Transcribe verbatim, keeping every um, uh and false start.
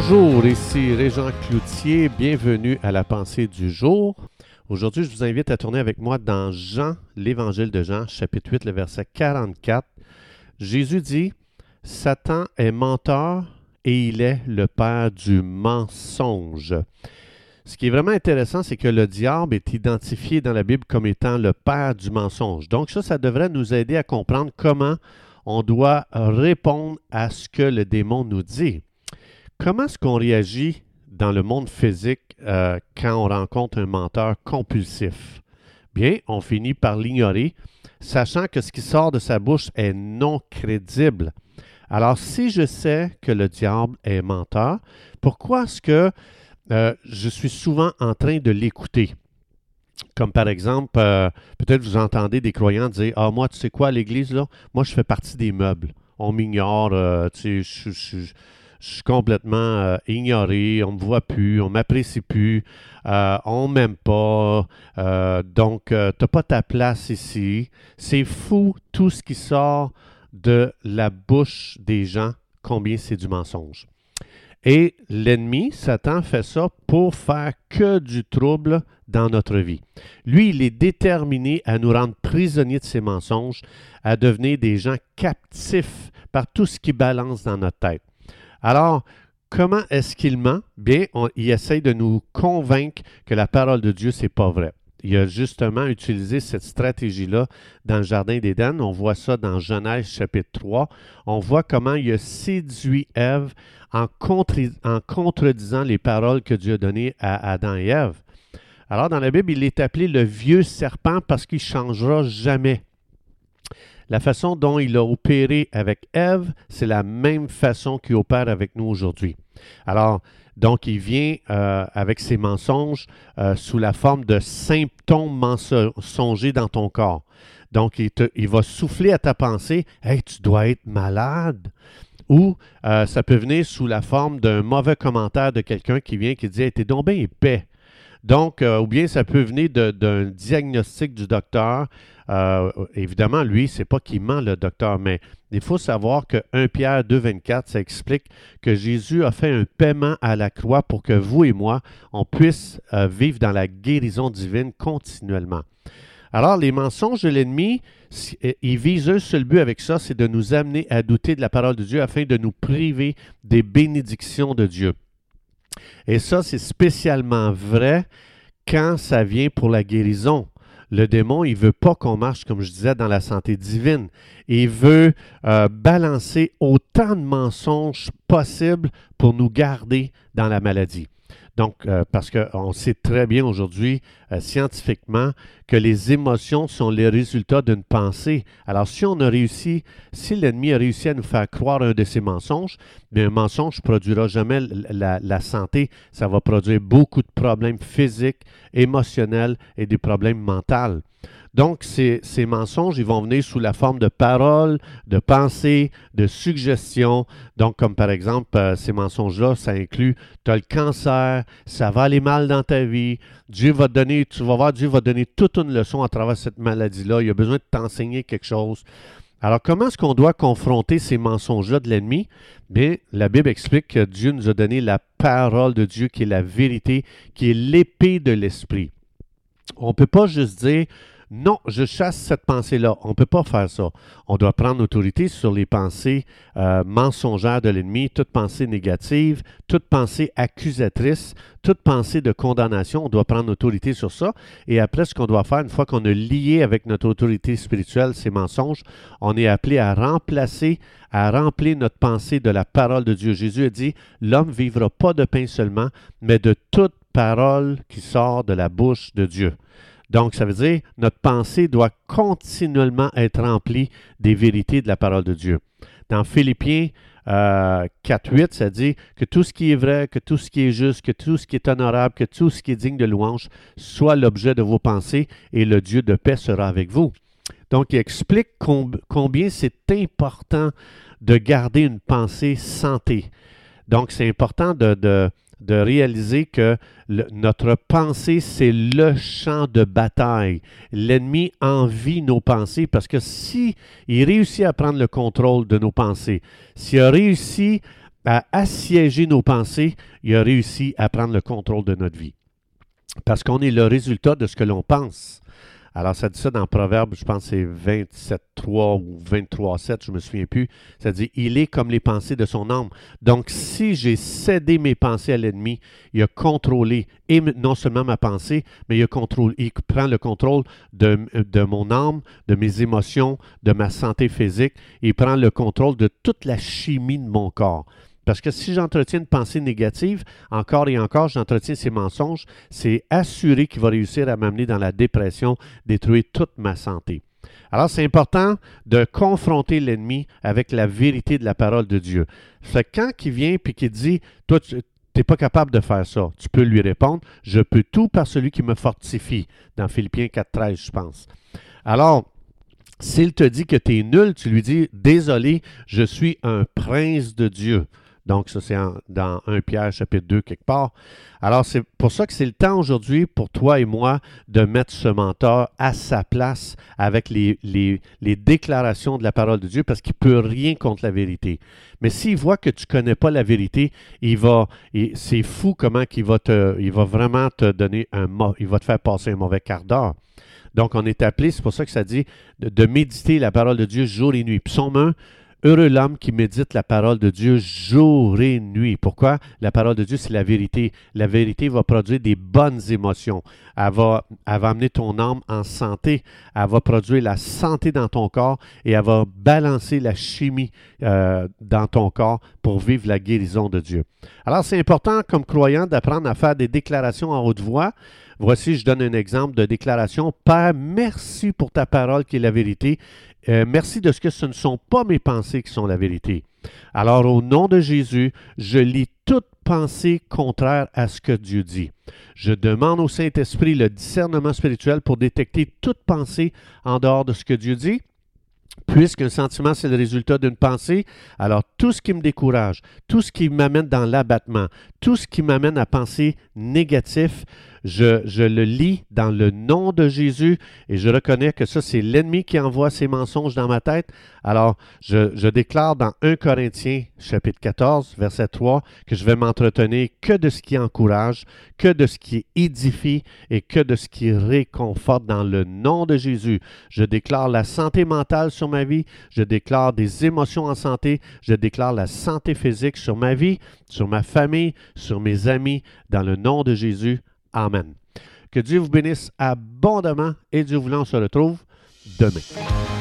Bonjour, ici Régent Cloutier, bienvenue à la pensée du jour. Aujourd'hui, je vous invite à tourner avec moi dans Jean, l'Évangile de Jean, chapitre huit, le verset quarante-quatre. Jésus dit, « Satan est menteur et il est le père du mensonge. » Ce qui est vraiment intéressant, c'est que le diable est identifié dans la Bible comme étant le père du mensonge. Donc ça, ça devrait nous aider à comprendre comment on doit répondre à ce que le démon nous dit. Comment est-ce qu'on réagit dans le monde physique euh, quand on rencontre un menteur compulsif? Bien, on finit par l'ignorer, sachant que ce qui sort de sa bouche est non crédible. Alors, si je sais que le diable est menteur, pourquoi est-ce que euh, je suis souvent en train de l'écouter? Comme par exemple, euh, peut-être vous entendez des croyants dire « Ah, moi, tu sais quoi, à l'église, là? Moi, je fais partie des meubles. On m'ignore, euh, tu sais, je, je, je, je suis complètement euh, ignoré, on ne me voit plus, on ne m'apprécie plus, euh, on ne m'aime pas, euh, donc euh, tu n'as pas ta place ici. » C'est fou tout ce qui sort de la bouche des gens, combien c'est du mensonge. Et l'ennemi, Satan, fait ça pour faire que du trouble dans notre vie. Lui, il est déterminé à nous rendre prisonniers de ses mensonges, à devenir des gens captifs par tout ce qui balance dans notre tête. Alors, comment est-ce qu'il ment? Bien, on, il essaye de nous convaincre que la parole de Dieu, c'est pas vrai. Il a justement utilisé cette stratégie-là dans le Jardin d'Éden. On voit ça dans Genèse chapitre trois. On voit comment il a séduit Ève en, contre, en contredisant les paroles que Dieu a données à Adam et Ève. Alors, dans la Bible, il est appelé le vieux serpent parce qu'il ne changera jamais. La façon dont il a opéré avec Ève, c'est la même façon qu'il opère avec nous aujourd'hui. Alors, donc, il vient euh, avec ses mensonges euh, sous la forme de symptômes mensongers dans ton corps. Donc, il, te, il va souffler à ta pensée, « Hey, tu dois être malade ». Ou euh, ça peut venir sous la forme d'un mauvais commentaire de quelqu'un qui vient qui dit, « Hey, t'es donc bien épais ». Donc, euh, ou bien ça peut venir de, d'un diagnostic du docteur. Euh, évidemment, lui, c'est pas qu'il ment, le docteur, mais il faut savoir que premier Pierre deux, vingt-quatre, ça explique que Jésus a fait un paiement à la croix pour que vous et moi, on puisse euh, vivre dans la guérison divine continuellement. Alors, les mensonges de l'ennemi, ils visent un seul but avec ça, c'est de nous amener à douter de la parole de Dieu afin de nous priver des bénédictions de Dieu. Et ça, c'est spécialement vrai quand ça vient pour la guérison. Le démon, il ne veut pas qu'on marche, comme je disais, dans la santé divine. Il veut euh, balancer autant de mensonges possibles pour nous garder dans la maladie. Donc, euh, parce qu'on sait très bien aujourd'hui, euh, scientifiquement, que les émotions sont les résultats d'une pensée. Alors, si on a réussi, si l'ennemi a réussi à nous faire croire un de ces mensonges, bien, un mensonge ne produira jamais la, la santé. Ça va produire beaucoup de problèmes physiques, émotionnels et des problèmes mentaux. Donc, ces, ces mensonges, ils vont venir sous la forme de paroles, de pensées, de suggestions. Donc, comme par exemple, euh, ces mensonges-là, ça inclut, tu as le cancer, ça va aller mal dans ta vie, Dieu va te donner, tu vas voir, Dieu va te donner toute une leçon à travers cette maladie-là, il a besoin de t'enseigner quelque chose. Alors, comment est-ce qu'on doit confronter ces mensonges-là de l'ennemi? Bien, la Bible explique que Dieu nous a donné la parole de Dieu, qui est la vérité, qui est l'épée de l'esprit. On ne peut pas juste dire, non, je chasse cette pensée-là. On ne peut pas faire ça. On doit prendre autorité sur les pensées euh, mensongères de l'ennemi, toute pensée négative, toute pensée accusatrice, toute pensée de condamnation. On doit prendre autorité sur ça. Et après, ce qu'on doit faire, une fois qu'on a lié avec notre autorité spirituelle ces mensonges, on est appelé à remplacer, à remplir notre pensée de la parole de Dieu. Jésus a dit, « L'homme ne vivra pas de pain seulement, mais de toute parole qui sort de la bouche de Dieu. » Donc, ça veut dire notre pensée doit continuellement être remplie des vérités de la parole de Dieu. Dans Philippiens euh, quatre huit, ça dit que tout ce qui est vrai, que tout ce qui est juste, que tout ce qui est honorable, que tout ce qui est digne de louange soit l'objet de vos pensées et le Dieu de paix sera avec vous. Donc, il explique comb- combien c'est important de garder une pensée santé. Donc, c'est important de... de de réaliser que le, notre pensée, c'est le champ de bataille. L'ennemi envie nos pensées parce que si il réussit à prendre le contrôle de nos pensées, s'il a réussi à assiéger nos pensées, il a réussi à prendre le contrôle de notre vie. Parce qu'on est le résultat de ce que l'on pense. Alors, ça dit ça dans Proverbe, je pense que c'est vingt-sept trois ou vingt-trois sept, je ne me souviens plus. Ça dit, il est comme les pensées de son âme. Donc, si j'ai cédé mes pensées à l'ennemi, il a contrôlé, et non seulement ma pensée, mais il, a contrôlé, il prend le contrôle de, de mon âme, de mes émotions, de ma santé physique. Il prend le contrôle de toute la chimie de mon corps. Parce que si j'entretiens une pensée négative, encore et encore, j'entretiens ces mensonges, c'est assuré qu'il va réussir à m'amener dans la dépression, détruire toute ma santé. Alors, c'est important de confronter l'ennemi avec la vérité de la parole de Dieu. Fait que quand il vient et qu'il dit, toi, tu n'es pas capable de faire ça, tu peux lui répondre, je peux tout par celui qui me fortifie, dans Philippiens quatre treize, je pense. Alors, s'il te dit que tu es nul, tu lui dis, désolé, je suis un prince de Dieu. Donc, ça, c'est en, dans premier Pierre, chapitre deux, quelque part. Alors, c'est pour ça que c'est le temps aujourd'hui pour toi et moi de mettre ce mentor à sa place avec les, les, les déclarations de la parole de Dieu parce qu'il ne peut rien contre la vérité. Mais s'il voit que tu ne connais pas la vérité, il va, il, c'est fou comment il va, te, il va vraiment te donner un il va te faire passer un mauvais quart d'heure. Donc, on est appelé, c'est pour ça que ça dit de, de méditer la parole de Dieu jour et nuit. Psaume un, heureux l'homme qui médite la parole de Dieu jour et nuit. Pourquoi? La parole de Dieu, c'est la vérité. La vérité va produire des bonnes émotions. Elle va, elle va amener ton âme en santé. Elle va produire la santé dans ton corps et elle va balancer la chimie euh, dans ton corps pour vivre la guérison de Dieu. Alors, c'est important comme croyant d'apprendre à faire des déclarations en haute voix. Voici, je donne un exemple de déclaration. Père, merci pour ta parole qui est la vérité. Euh, merci de ce que ce ne sont pas mes pensées qui sont la vérité. Alors, au nom de Jésus, je lis toute pensée contraire à ce que Dieu dit. Je demande au Saint-Esprit le discernement spirituel pour détecter toute pensée en dehors de ce que Dieu dit. Puisqu'un sentiment, c'est le résultat d'une pensée, alors tout ce qui me décourage, tout ce qui m'amène dans l'abattement, tout ce qui m'amène à penser négatif, je, je le lis dans le nom de Jésus et je reconnais que ça, c'est l'ennemi qui envoie ses mensonges dans ma tête. Alors, je, je déclare dans premier Corinthiens, chapitre quatorze, verset trois, que je vais m'entretenir que de ce qui encourage, que de ce qui édifie et que de ce qui réconforte dans le nom de Jésus. Je déclare la santé mentale sur ma vie, je déclare des émotions en santé, je déclare la santé physique sur ma vie, sur ma famille, sur mes amis, dans le nom de Jésus. Amen. Que Dieu vous bénisse abondamment et Dieu voulant, on se retrouve demain.